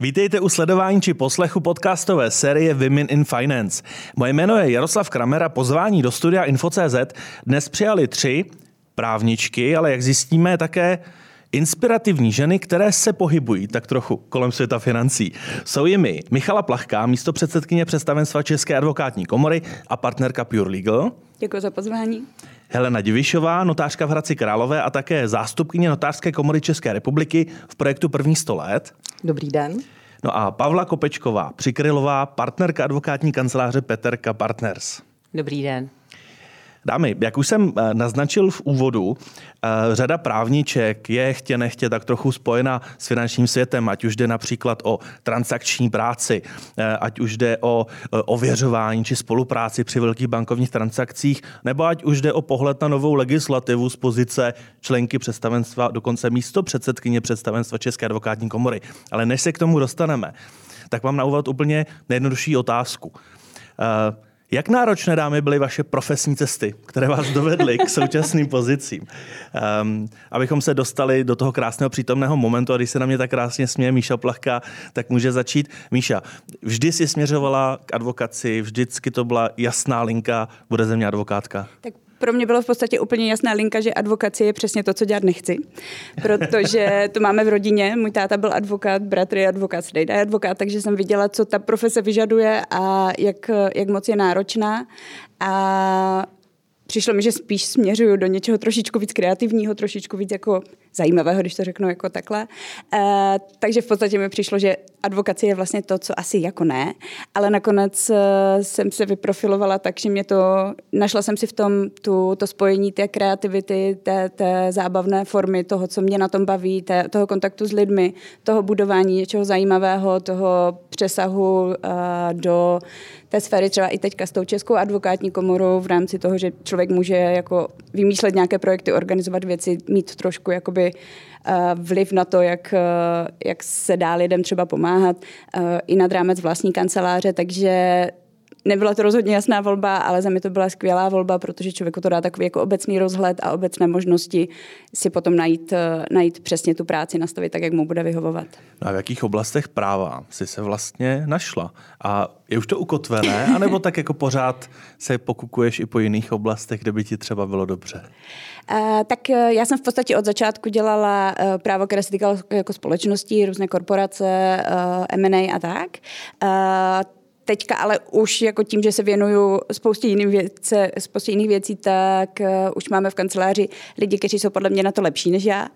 Vítejte u sledování či poslechu podcastové série Women in Finance. Moje jméno je Jaroslav Kramer a pozvání do studia Info.cz dnes přijali 3 právničky, ale jak zjistíme také inspirativní ženy, které se pohybují tak trochu kolem světa financí. Jsou jimi Michala Plachká, místopředsedkyně představenstva České advokátní komory a partnerka Pure Legal. Děkuji za pozvání. Helena Divišová, notářka v Hradci Králové a také zástupkyně Notářské komory České republiky v projektu První 100 let. Dobrý den. No a Pavla Kopečková, Přikrylová, partnerka advokátní kanceláře Peterka Partners. Dobrý den. Dámy, jak už jsem naznačil v úvodu, řada právniček je chtě nechtě tak trochu spojena s finančním světem, ať už jde například o transakční práci, ať už jde o ověřování či spolupráci při velkých bankovních transakcích, nebo ať už jde o pohled na novou legislativu z pozice členky představenstva, dokonce místopředsedkyně představenstva České advokátní komory. Ale než se k tomu dostaneme, tak mám na úvod úplně nejjednodušší otázku. Jak náročné, dámy, byly vaše profesní cesty, které vás dovedly k současným pozicím? Abychom se dostali do toho krásného přítomného momentu, a když se na mě tak krásně směje Míša Plachka, tak může začít. Míša, vždy si směřovala k advokaci, vždycky to byla jasná linka, bude ze mě advokátka. Tak pro mě bylo v podstatě úplně jasná linka, že advokacie je přesně to, co dělat nechci, protože to máme v rodině. Můj táta byl advokát, bratr je advokát, strejda je advokát, takže jsem viděla, co ta profese vyžaduje a jak moc je náročná. A přišlo mi, že spíš směřuju do něčeho trošičku víc kreativního, trošičku víc jako zajímavého, když to řeknu jako takhle. Takže v podstatě mi přišlo, že advokacie je vlastně to, co asi jako ne, ale nakonec jsem se vyprofilovala tak, že našla jsem si v tom to spojení té kreativity, té zábavné formy, toho, co mě na tom baví, toho kontaktu s lidmi, toho budování něčeho zajímavého, toho přesahu do té sféry třeba i teďka s tou Českou advokátní komorou v rámci toho, že člověk může jako vymýšlet nějaké projekty, organizovat věci, mít trošku jakoby vliv na to, jak se dá lidem třeba pomáhat i nad rámec vlastní kanceláře, takže nebyla to rozhodně jasná volba, ale za mě to byla skvělá volba, protože člověku to dá takový jako obecný rozhled a obecné možnosti si potom najít přesně tu práci, nastavit tak, jak mu bude vyhovovat. No a v jakých oblastech práva jsi se vlastně našla? A je už to ukotvené, anebo tak jako pořád se pokukuješ i po jiných oblastech, kde by ti třeba bylo dobře? Tak já jsem v podstatě od začátku dělala právo, které se týkalo jako společností, různé korporace, M&A a tak. Teďka ale už jako tím, že se věnuju spoustě jiných věcí, tak už máme v kanceláři lidi, kteří jsou podle mě na to lepší než já.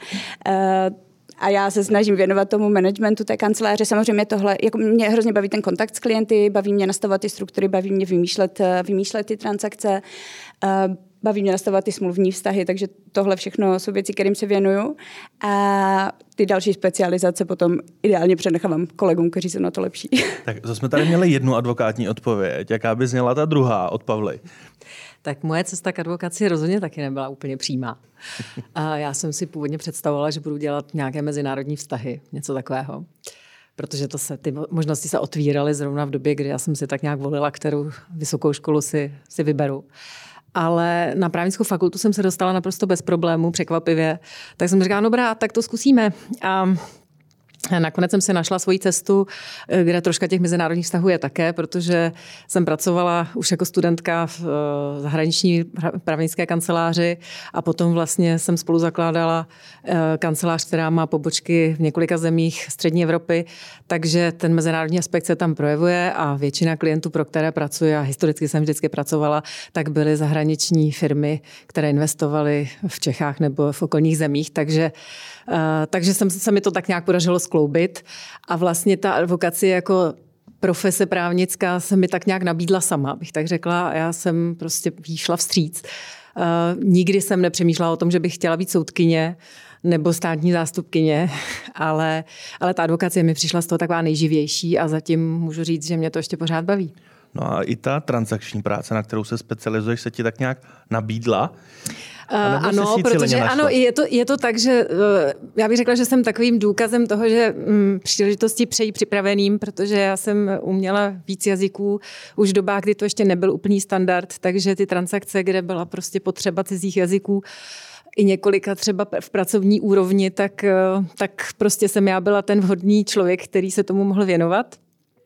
A já se snažím věnovat tomu managementu té kanceláře. Samozřejmě tohle, jako mě hrozně baví ten kontakt s klienty, baví mě nastavovat ty struktury, baví mě vymýšlet ty transakce, baví mě nastavovat ty smluvní vztahy, takže tohle všechno jsou věci, kterým se věnuju. A ty další specializace potom ideálně přenechávám kolegům, kteří jsou na to lepší. Tak to jsme tady měli jednu advokátní odpověď. Jaká by zněla ta druhá od Pavly? Tak moje cesta k advokaci rozhodně taky nebyla úplně přímá. A já jsem si původně představovala, že budu dělat nějaké mezinárodní vztahy, něco takového. Protože ty možnosti se otvíraly zrovna v době, kdy já jsem si tak nějak volila, kterou vysokou školu si vyberu. Ale na právnickou fakultu jsem se dostala naprosto bez problémů, překvapivě. Tak jsem říkala, dobrá, tak to zkusíme. A nakonec jsem si našla svoji cestu, kde troška těch mezinárodních vztahů je také, protože jsem pracovala už jako studentka v zahraniční právnické kanceláři a potom vlastně jsem spolu zakládala kancelář, která má pobočky v několika zemích střední Evropy, takže ten mezinárodní aspekt se tam projevuje a většina klientů, pro které pracuji, a historicky jsem vždycky pracovala, tak byly zahraniční firmy, které investovaly v Čechách nebo v okolních zemích, takže se mi to tak nějak podařilo skloubit a vlastně ta advokacie jako profese právnická se mi tak nějak nabídla sama, bych tak řekla, a já jsem prostě šla vstříc. Nikdy jsem nepřemýšlela o tom, že bych chtěla být soudkyně nebo státní zástupkyně, ale ta advokacie mi přišla z toho taková nejživější a zatím můžu říct, že mě to ještě pořád baví. No a i ta transakční práce, na kterou se specializuješ, se ti tak nějak nabídla? Ano, protože ano, je to tak, že já bych řekla, že jsem takovým důkazem toho, že příležitosti přejí připraveným, protože já jsem uměla víc jazyků už v dobách, kdy to ještě nebyl úplný standard, takže ty transakce, kde byla prostě potřeba cizích jazyků, i několika třeba v pracovní úrovni, tak prostě jsem já byla ten vhodný člověk, který se tomu mohl věnovat.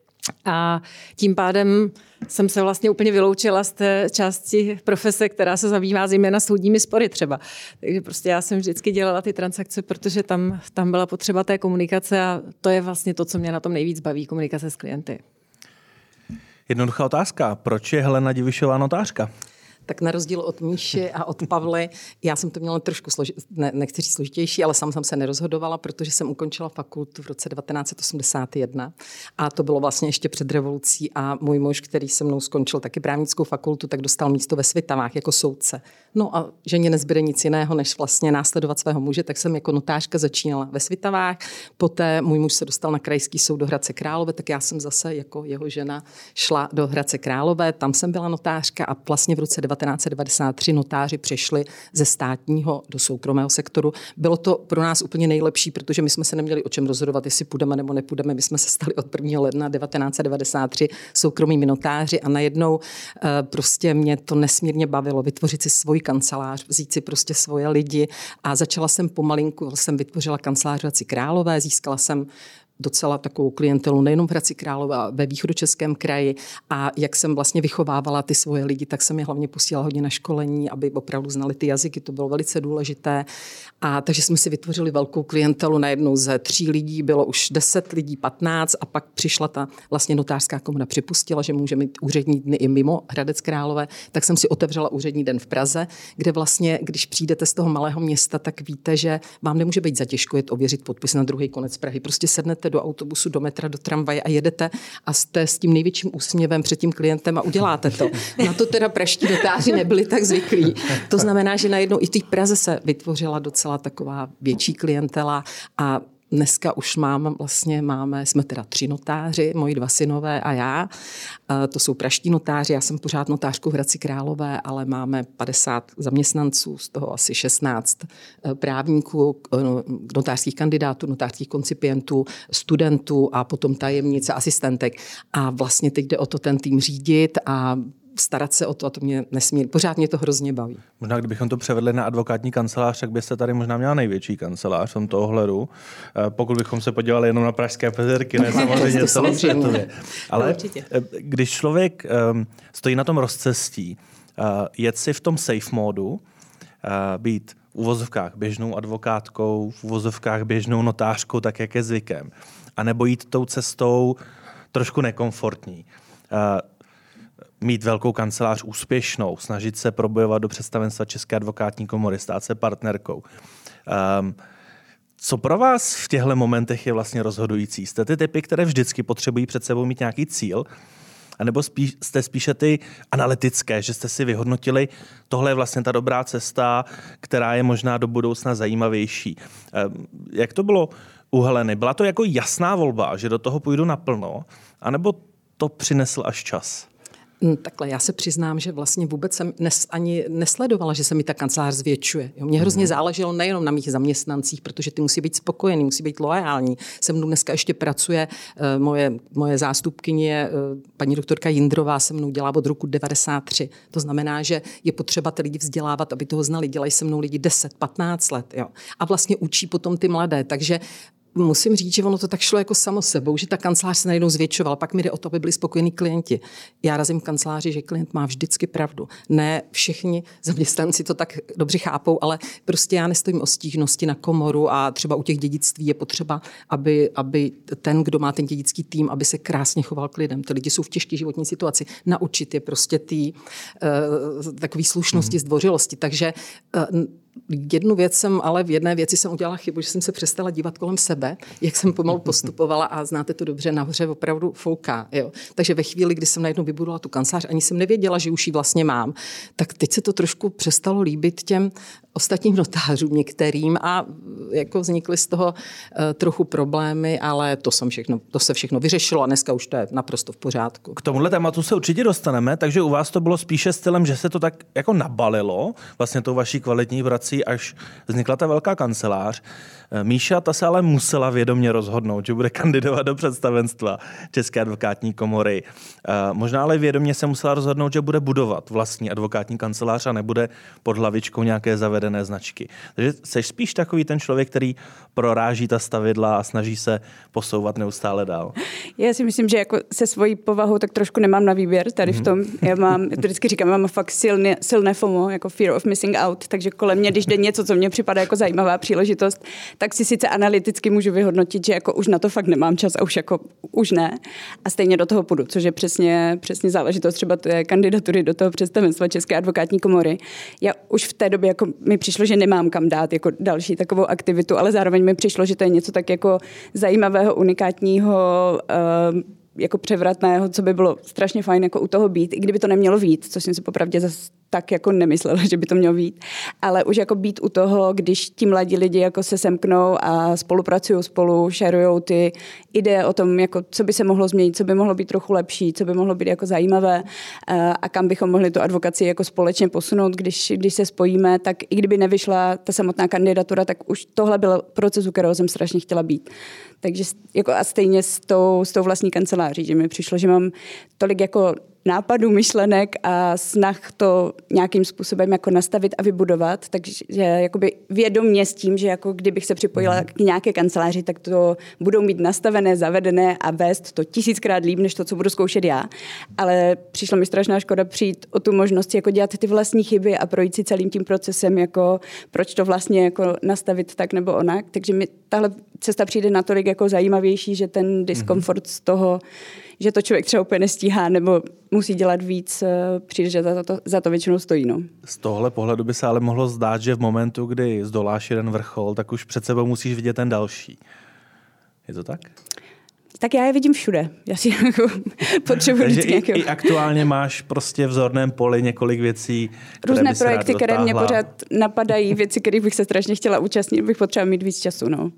A tím pádem jsem se vlastně úplně vyloučila z té části profese, která se zabývá zejména soudními spory třeba. Takže prostě já jsem vždycky dělala ty transakce, protože tam byla potřeba té komunikace a to je vlastně to, co mě na tom nejvíc baví, komunikace s klienty. Jednoduchá otázka. Proč je Helena Divišová notářka? Tak na rozdíl od Míši a od Pavly, já jsem to měla trošku nechci říct složitější, ale sám jsem se nerozhodovala, protože jsem ukončila fakultu v roce 1981 a to bylo vlastně ještě před revolucí a můj muž, který se mnou skončil taky právnickou fakultu, tak dostal místo ve Svitavách jako soudce. No a ženě nezbyde nic jiného, než vlastně následovat svého muže, tak jsem jako notářka začínala ve Svitavách, poté můj muž se dostal na krajský soud do Hradce Králové, tak já jsem zase jako jeho žena šla do Hradce Králové, tam jsem byla notářka a vlastně v roce 1993 notáři přešli ze státního do soukromého sektoru. Bylo to pro nás úplně nejlepší, protože my jsme se neměli o čem rozhodovat, jestli půjdeme nebo nepůjdeme. My jsme se stali od 1. ledna 1993 soukromými notáři a najednou prostě mě to nesmírně bavilo vytvořit si svůj kancelář, vzít si prostě svoje lidi a začala jsem pomalinku, jsem vytvořila kancelář v Hradci Králové, získala jsem docela takovou klientelu nejenom v Hradci Králové, ale ve Východočeském kraji a jak jsem vlastně vychovávala ty svoje lidi, tak jsem je hlavně posílala hodně na školení, aby opravdu znali ty jazyky, to bylo velice důležité. A takže jsme si vytvořili velkou klientelu, najednou ze 3 lidí bylo už 10 lidí, 15 a pak přišla ta vlastně notářská komora, připustila, že může mít úřední dny i mimo Hradec Králové, tak jsem si otevřela úřední den v Praze, kde vlastně, když přijdete z toho malého města, tak víte, že vám nemůže být zatěžko jet ověřit podpis na druhý konec Prahy. Prostě sednete do autobusu, do metra, do tramvaje a jedete a jste s tím největším úsměvem před tím klientem a uděláte to. Na to teda praští notáři nebyli tak zvyklí. To znamená, že najednou i v té Praze se vytvořila docela taková větší klientela a dneska už jsme teda 3 notáři, moji 2 synové a já. To jsou praští notáři, já jsem pořád notářkou v Hradci Králové, ale máme 50 zaměstnanců, z toho asi 16 právníků, notářských kandidátů, notářských koncipientů, studentů a potom tajemnice, asistentek. A vlastně teď jde o to ten tým řídit a starat se o to a to pořád mě to hrozně baví. Možná, kdybychom to převedli na advokátní kancelář, tak byste tady možná měla největší kancelář v tomto ohledu. Pokud bychom se podívali jenom na pražské pezerky, ne samozřejmě celosvětově. Ale když člověk stojí na tom rozcestí, jet si v tom safe módu, být v uvozovkách běžnou advokátkou, v uvozovkách běžnou notářkou, tak jak je zvykem, a nebo jít tou cestou trošku nekomfortní. Mít velkou kancelář úspěšnou, snažit se probojovat do představenstva České advokátní komory, stát se partnerkou. Co pro vás v těchto momentech je vlastně rozhodující? Jste ty typy, které vždycky potřebují před sebou mít nějaký cíl? A nebo jste spíše ty analytické, že jste si vyhodnotili, tohle je vlastně ta dobrá cesta, která je možná do budoucna zajímavější. Jak to bylo u Heleny? Byla to jako jasná volba, že do toho půjdu naplno? A nebo to přinesl až čas? Takhle, já se přiznám, že vlastně vůbec jsem ani nesledovala, že se mi ta kancelář zvětšuje. Mně hrozně záleželo nejenom na mých zaměstnancích, protože ty musí být spokojení, musí být loajální. Se mnou dneska ještě pracuje moje zástupkyně, paní doktorka Jindrová se mnou dělá od roku 1993. To znamená, že je potřeba ty lidi vzdělávat, aby toho znali. Dělají se mnou lidi 10-15 let. Jo. A vlastně učí potom ty mladé. Takže musím říct, že ono to tak šlo jako samo sebou, že ta kancelář se najednou zvětšovala. Pak mi jde o to, aby byli spokojení klienti. Já razím v kanceláři, že klient má vždycky pravdu. Ne všichni zaměstnanci to tak dobře chápou, ale prostě já nestojím o stížnosti na komoru a třeba u těch dědictví je potřeba, aby ten, kdo má ten dědický tým, aby se krásně choval k lidem. Ty lidi jsou v těžké životní situaci. Naučit je prostě takový slušnosti, zdvořilosti. Takže v jedné věci jsem udělala chybu, že jsem se přestala dívat kolem sebe, jak jsem pomalu postupovala a znáte to dobře, nahoře opravdu fouká. Jo. Takže ve chvíli, kdy jsem najednou vybudovala tu kancelář, ani jsem nevěděla, že už ji vlastně mám, tak teď se to trošku přestalo líbit těm ostatním notářům některým a jako vznikly z toho trochu problémy, ale to se všechno vyřešilo a dneska už to je naprosto v pořádku. K tomuhle tématu se určitě dostaneme, takže u vás to bylo spíše stylem, že se to tak jako nabalilo, vlastně tou vaší kvalitní prací, až vznikla ta velká kancelář. Míša, ta se ale musela vědomě rozhodnout, že bude kandidovat do představenstva České advokátní komory. Možná ale vědomě se musela rozhodnout, že bude budovat vlastní advokátní kancelář a nebude pod hlavičkou nějaké zavedené zavedené značky. Takže jsi spíš takový ten člověk, který proráží ta stavidla a snaží se posouvat neustále dál. Já si myslím, že jako se svojí povahou tak trošku nemám na výběr tady v tom. Já vždycky říkám, mám fakt silné FOMO, jako fear of missing out, takže kolem mě, když jde něco, co mně připadá jako zajímavá příležitost, tak si sice analyticky můžu vyhodnotit, že jako už na to fakt nemám čas a už ne. A stejně do toho půjdu, což je přesně záležitost třeba té kandidatury do toho představenstva České advokátní komory. Já už v té době jako mi přišlo, že nemám kam dát jako další takovou aktivitu, ale zároveň mi přišlo, že to je něco tak jako zajímavého, unikátního, jako převratného, co by bylo strašně fajn jako u toho být, i kdyby to nemělo být, což jsem si popravdě zase tak jako nemyslela, že by to mělo být, ale už jako být u toho, když ti mladí lidi jako se semknou a spolupracují spolu, šerujou ty ideje o tom, jako co by se mohlo změnit, co by mohlo být trochu lepší, co by mohlo být jako zajímavé a kam bychom mohli tu advokaci jako společně posunout, když se spojíme, tak i kdyby nevyšla ta samotná kandidatura, tak už tohle byl proces, u kterého jsem strašně chtěla být. Takže jako a stejně s tou vlastní kanceláří, že mi přišlo, že mám tolik jako nápadů, myšlenek a snah to nějakým způsobem jako nastavit a vybudovat, takže jakoby vědomě s tím, že jako kdybych se připojila k nějaké kanceláři, tak to budou mít nastavené, zavedené a vést to 1000krát líp, než to, co budu zkoušet já. Ale přišla mi strašná škoda přijít o tu možnost jako dělat ty vlastní chyby a projít si celým tím procesem, jako proč to vlastně jako nastavit tak nebo onak. Takže mi tahle cesta přijde natolik jako zajímavější, že ten diskomfort z toho, že to člověk třeba úplně nestíhá nebo musí dělat víc, přijde, že za to většinou stojí. No. Z tohle pohledu by se ale mohlo zdát, že v momentu, kdy zdoláš jeden vrchol, tak už před sebou musíš vidět ten další. Je to tak? Tak já je vidím všude. Já si jako potřebuji vždycky nějakého. I aktuálně máš prostě v zorném poli několik věcí, různé projekty, které mě pořád napadají, věci, kterých bych se strašně chtěla účastnit, bych potřebovala mít víc času. No.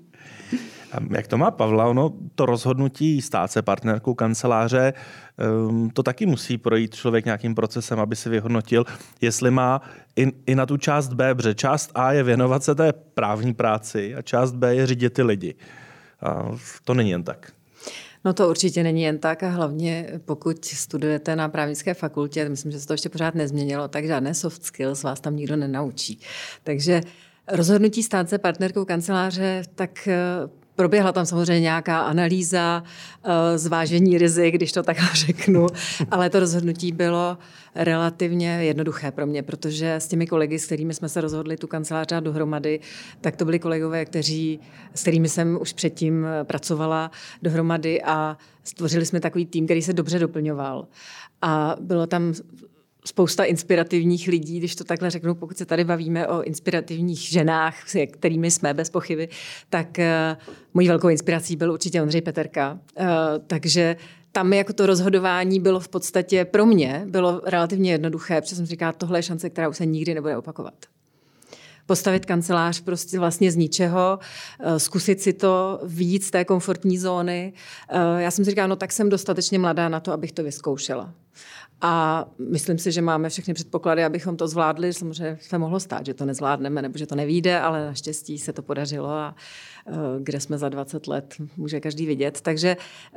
A jak to má Pavla? Ono, to rozhodnutí stát se partnerkou kanceláře, to taky musí projít člověk nějakým procesem, aby si vyhodnotil, jestli má i na tu část B, protože část A je věnovat se té právní práci a část B je řídit ty lidi. A to není jen tak. No to určitě není jen tak a hlavně pokud studujete na právnické fakultě, myslím, že se to ještě pořád nezměnilo, tak žádné soft skills vás tam nikdo nenaučí. Takže rozhodnutí stát se partnerkou kanceláře, tak proběhla tam samozřejmě nějaká analýza, zvážení rizik, když to takhle řeknu, ale to rozhodnutí bylo relativně jednoduché pro mě, protože s těmi kolegy, s kterými jsme se rozhodli tu kancelář dát dohromady, tak to byli kolegové, s kterými jsem už předtím pracovala dohromady a stvořili jsme takový tým, který se dobře doplňoval. A bylo tam spousta inspirativních lidí, když to takhle řeknu, pokud se tady bavíme o inspirativních ženách, s kterými jsme bez pochyby, tak mojí velkou inspirací byl určitě Ondřej Peterka. Takže tam jako to rozhodování bylo v podstatě pro mě bylo relativně jednoduché, protože jsem říkala, tohle je šance, která už se nikdy nebude opakovat. Postavit kancelář prostě vlastně z ničeho, zkusit si to víc z té komfortní zóny. Já jsem si říkala, no tak jsem dostatečně mladá na to, abych to vyzkoušela. A myslím si, že máme všechny předpoklady, abychom to zvládli. Samozřejmě se mohlo stát, že to nezvládneme nebo že to nevyjde, ale naštěstí se to podařilo a kde jsme za 20 let, může každý vidět. Takže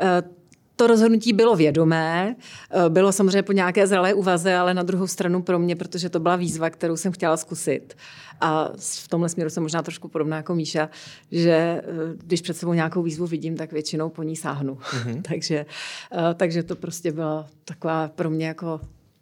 to rozhodnutí bylo vědomé, bylo samozřejmě po nějaké zralé úvaze, ale na druhou stranu pro mě, protože to byla výzva, kterou jsem chtěla zkusit. A v tomhle směru jsem možná trošku podobná jako Míša, že když před sebou nějakou výzvu vidím, tak většinou po ní sáhnu. Mm-hmm. Takže to prostě byla taková pro mě jako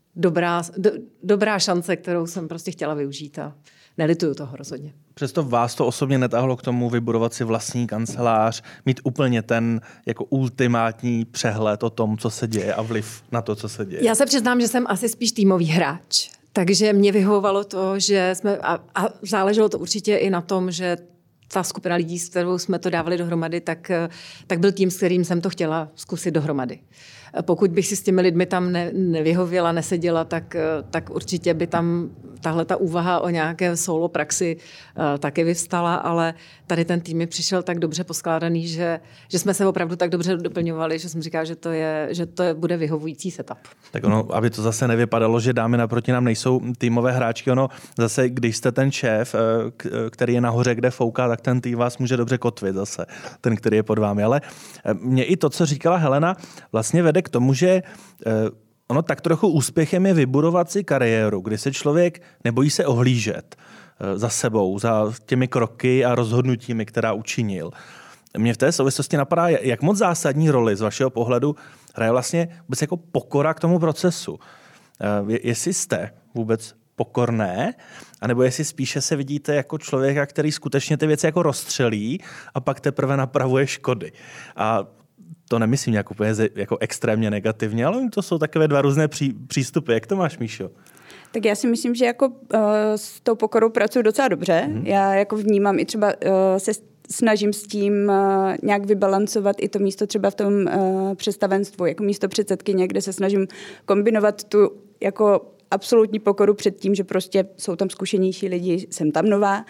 dobrá šance, kterou jsem prostě chtěla využít a nelituju toho rozhodně. Přesto vás to osobně netáhlo k tomu vybudovat si vlastní kancelář, mít úplně ten jako ultimátní přehled o tom, co se děje a vliv na to, co se děje? Já se přiznám, že jsem asi spíš týmový hráč. Takže mě vyhovovalo to, že jsme, a záleželo to určitě i na tom, že ta skupina lidí, s kterou jsme to dávali dohromady, tak byl tým, s kterým jsem to chtěla zkusit dohromady. Pokud bych si s těmi lidmi tam nevyhověla, neseděla, tak určitě by tam tahle ta úvaha o nějaké solo praxi taky vyvstala, ale tady ten tým mi přišel tak dobře poskládaný, že jsme se opravdu tak dobře doplňovali, že jsem říkala, že to bude vyhovující setup. Tak ono, aby to zase nevypadalo, že dámy naproti nám nejsou týmové hráčky, ono zase, když jste ten šéf, který je nahoře, kde fouká, tak ten tým vás může dobře kotvit zase, ten, který je pod vámi. Ale mě i to, co říkala Helena, vlastně vede k tomu, že ono tak trochu úspěchem je vybudovat si kariéru, kdy se člověk nebojí se ohlížet za sebou, za těmi kroky a rozhodnutími, která učinil. Mě v té souvislosti napadá, jak moc zásadní roli z vašeho pohledu hraje vlastně vůbec jako pokora k tomu procesu. Jestli jste vůbec pokorné, anebo jestli spíše se vidíte jako člověka, který skutečně ty věci jako rozstřelí a pak teprve napravuje škody. A to nemyslím nějak úplně jako extrémně negativně, ale to jsou takové dva různé přístupy. Jak to máš, Míšo? Tak já si myslím, že jako s tou pokorou pracuji docela dobře. Já jako vnímám i třeba se snažím s tím nějak vybalancovat i to místo třeba v tom představenstvu, jako místo předsedkyně, kde se snažím kombinovat tu jako absolutní pokoru před tím, že prostě jsou tam zkušenější lidi, jsem tam nová,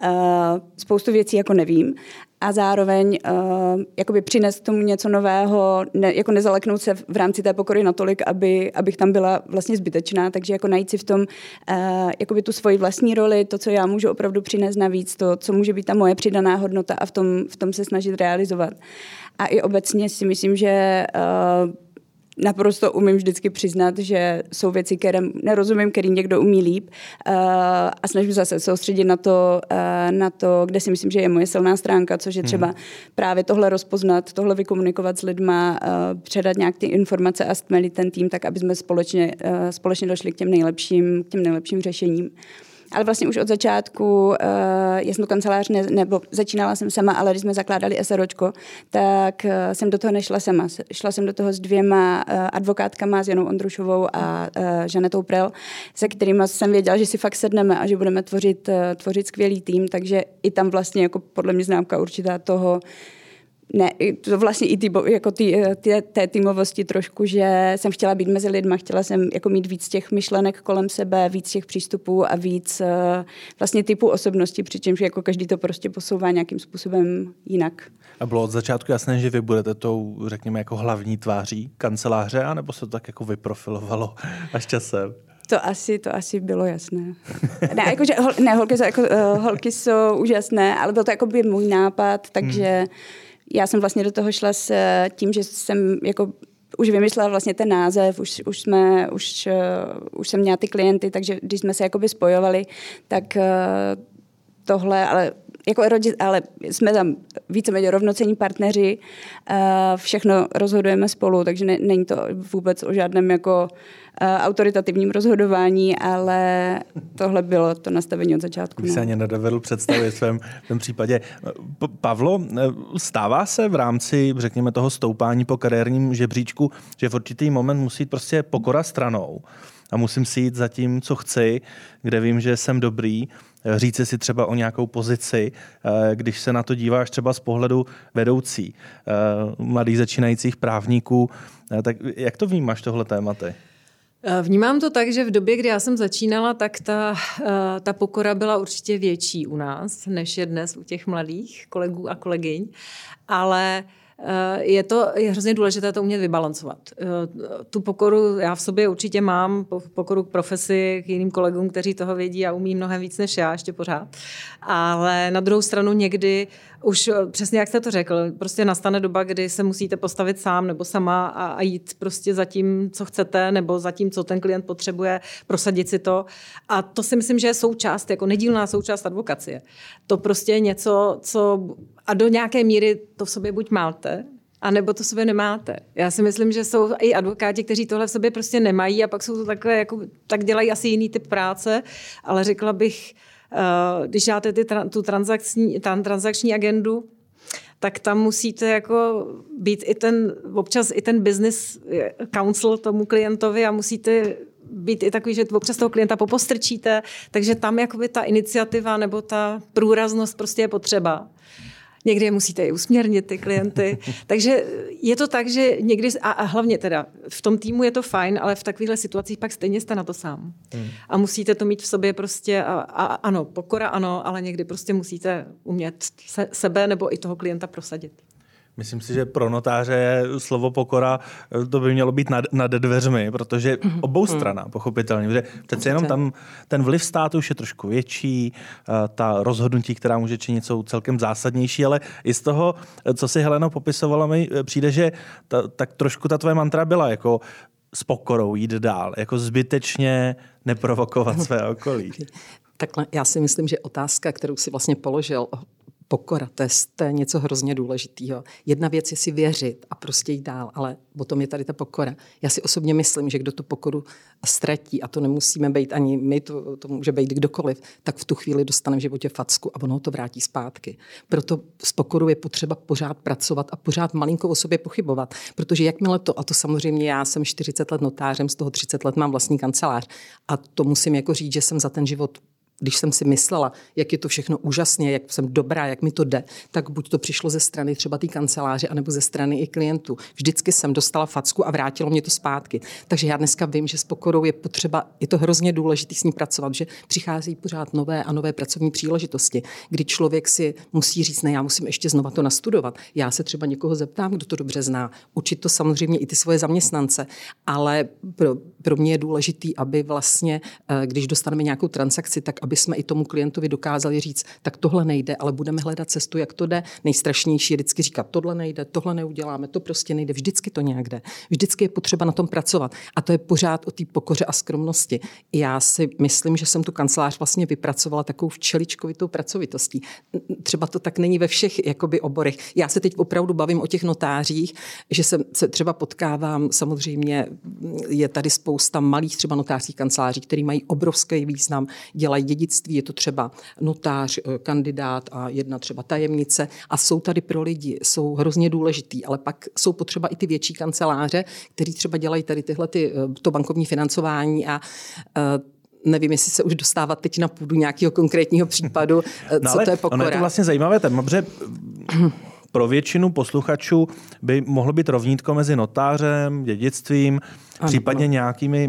spoustu věcí jako nevím a zároveň jakoby přinést k tomu něco nového, jako nezaleknout se v rámci té pokory natolik, abych tam byla vlastně zbytečná, takže jako najít si v tom jakoby tu svoji vlastní roli, to, co já můžu opravdu přinést navíc, to, co může být ta moje přidaná hodnota a v tom se snažit realizovat. A i obecně si myslím, že naprosto umím vždycky přiznat, že jsou věci, které nerozumím, který někdo umí líp a snažím se soustředit na to, kde si myslím, že je moje silná stránka, což je třeba právě tohle rozpoznat, tohle vykomunikovat s lidma, předat nějak ty informace a stmelit ten tým, tak aby jsme společně došli k těm nejlepším řešením. Ale vlastně už od začátku, já jsem tu kancelář nebo začínala jsem sama, ale když jsme zakládali SROčko, tak jsem do toho nešla sama. Šla jsem do toho s 2 advokátkama, s Janou Ondrušovou a Žanetou Prel, se kterými jsem věděla, že si fakt sedneme a že budeme tvořit skvělý tým, takže i tam vlastně jako podle mě známka určitá toho, ne, to vlastně i té týmovosti trošku, že jsem chtěla být mezi lidma, chtěla jsem jako mít víc těch myšlenek kolem sebe, víc těch přístupů a víc vlastně typů osobnosti, přičemž jako každý to prostě posouvá nějakým způsobem jinak. A bylo od začátku jasné, že vy budete tou, řekněme, jako hlavní tváří kanceláře, anebo se to tak jako vyprofilovalo až časem? To asi bylo jasné. Ne, jakože, holky jsou úžasné, ale byl to jako by můj nápad, takže já jsem vlastně do toho šla s tím, že jsem jako už vymyslela vlastně ten název, už jsem měla ty klienty, takže když jsme se jakoby spojovali, tak tohle, ale jsme tam víceméně rovnocení partneři, všechno rozhodujeme spolu, takže není to vůbec o žádném jako autoritativním rozhodování, ale tohle bylo to nastavení od začátku. Bych se ani nedovedl představit v tom případě. Pavlo, stává se v rámci, řekněme, toho stoupání po kariérním žebříčku, že v určitý moment musí prostě pokora stranou a musím si jít za tím, co chci, kde vím, že jsem dobrý, říci si třeba o nějakou pozici, když se na to díváš třeba z pohledu vedoucí mladých začínajících právníků. Tak jak to vnímáš, tohle tématy? Vnímám to tak, že v době, kdy já jsem začínala, tak ta pokora byla určitě větší u nás, než je dnes u těch mladých kolegů a kolegyň, ale je hrozně důležité to umět vybalancovat. Tu pokoru já v sobě určitě mám, pokoru k profesi, k jiným kolegům, kteří toho vědí a umí mnohem víc než já ještě pořád. Ale na druhou stranu někdy už přesně jak jste to řekl, prostě nastane doba, kdy se musíte postavit sám nebo sama a jít prostě za tím, co chcete, nebo za tím, co ten klient potřebuje, prosadit si to. A to si myslím, že je součást, jako nedílná součást advokacie. To prostě je něco, co a do nějaké míry to v sobě buď máte, anebo to v sobě nemáte. Já si myslím, že jsou i advokáti, kteří tohle v sobě prostě nemají a pak jsou to takové, jako, tak dělají asi jiný typ práce, ale řekla bych, když děláte tu transakční agendu, tak tam musíte jako být občas i ten business counsel tomu klientovi a musíte být i takový, že občas toho klienta popostrčíte, takže tam jakoby ta iniciativa nebo ta průraznost prostě je potřeba. Někdy je musíte i usměrnit ty klienty. Takže je to tak, že někdy, a hlavně teda v tom týmu je to fajn, ale v takovýchhle situacích pak stejně jste na to sám. A musíte to mít v sobě prostě, a ano, pokora ano, ale někdy prostě musíte umět sebe nebo i toho klienta prosadit. Myslím si, že pro notáře je slovo pokora, to by mělo být nad dveřmi, protože obou strana, pochopitelně, že přece jenom tam ten vliv státu už je trošku větší, ta rozhodnutí, která může činit, jsou celkem zásadnější, ale i z toho, co si Heleno popisovala, mi přijde, že tak trošku ta tvoje mantra byla, jako s pokorou jít dál, jako zbytečně neprovokovat své okolí? Takhle, já si myslím, že otázka, kterou si vlastně položil, pokora, to je něco hrozně důležitého. Jedna věc je si věřit a prostě jít dál, ale potom je tady ta pokora. Já si osobně myslím, že kdo tu pokoru ztratí, a to nemusíme být ani my, to může být kdokoliv, tak v tu chvíli dostane v životě facku a ono to vrátí zpátky. Proto s pokorou je potřeba pořád pracovat a pořád malinko o sobě pochybovat, protože jakmile to, a to samozřejmě já jsem 40 let notářem, z toho 30 let mám vlastní kancelář a to musím jako říct, že jsem za ten život, když jsem si myslela, jak je to všechno úžasně, jak jsem dobrá, jak mi to jde, tak buď to přišlo ze strany třeba té kanceláře, anebo ze strany i klientů. Vždycky jsem dostala facku a vrátilo mě to zpátky. Takže já dneska vím, že s pokorou je potřeba, je to hrozně důležité s ní pracovat, že přichází pořád nové a nové pracovní příležitosti, kdy člověk si musí říct, ne, já musím ještě znova to nastudovat. Já se třeba někoho zeptám, kdo to dobře zná. Učit to samozřejmě i ty svoje zaměstnance, ale pro mě je důležitý, aby vlastně, když dostaneme nějakou transakci, tak aby jsme i tomu klientovi dokázali říct, tak tohle nejde, ale budeme hledat cestu, jak to jde. Nejstrašnější je vždycky říkat, tohle nejde, tohle neuděláme, to prostě nejde, vždycky to nějak jde. Vždycky je potřeba na tom pracovat. A to je pořád o té pokoře a skromnosti. Já si myslím, že jsem tu kancelář vlastně vypracovala takovou včeličkovitou pracovitostí. Třeba to tak není ve všech jakoby oborech. Já se teď opravdu bavím o těch notářích, že se třeba potkávám, samozřejmě je tady spousta malých třeba notářských kanceláří, který mají obrovský význam, dělají dědictví, je to třeba notář, kandidát a jedna třeba tajemnice a jsou tady pro lidi, jsou hrozně důležitý, ale pak jsou potřeba i ty větší kanceláře, který třeba dělají tady to bankovní financování a nevím, jestli se už dostávat teď na půdu nějakého konkrétního případu, co to je pokora. Ono je to vlastně zajímavé téma, protože pro většinu posluchačů by mohlo být rovnítko mezi notářem, dědictvím, případně nějakými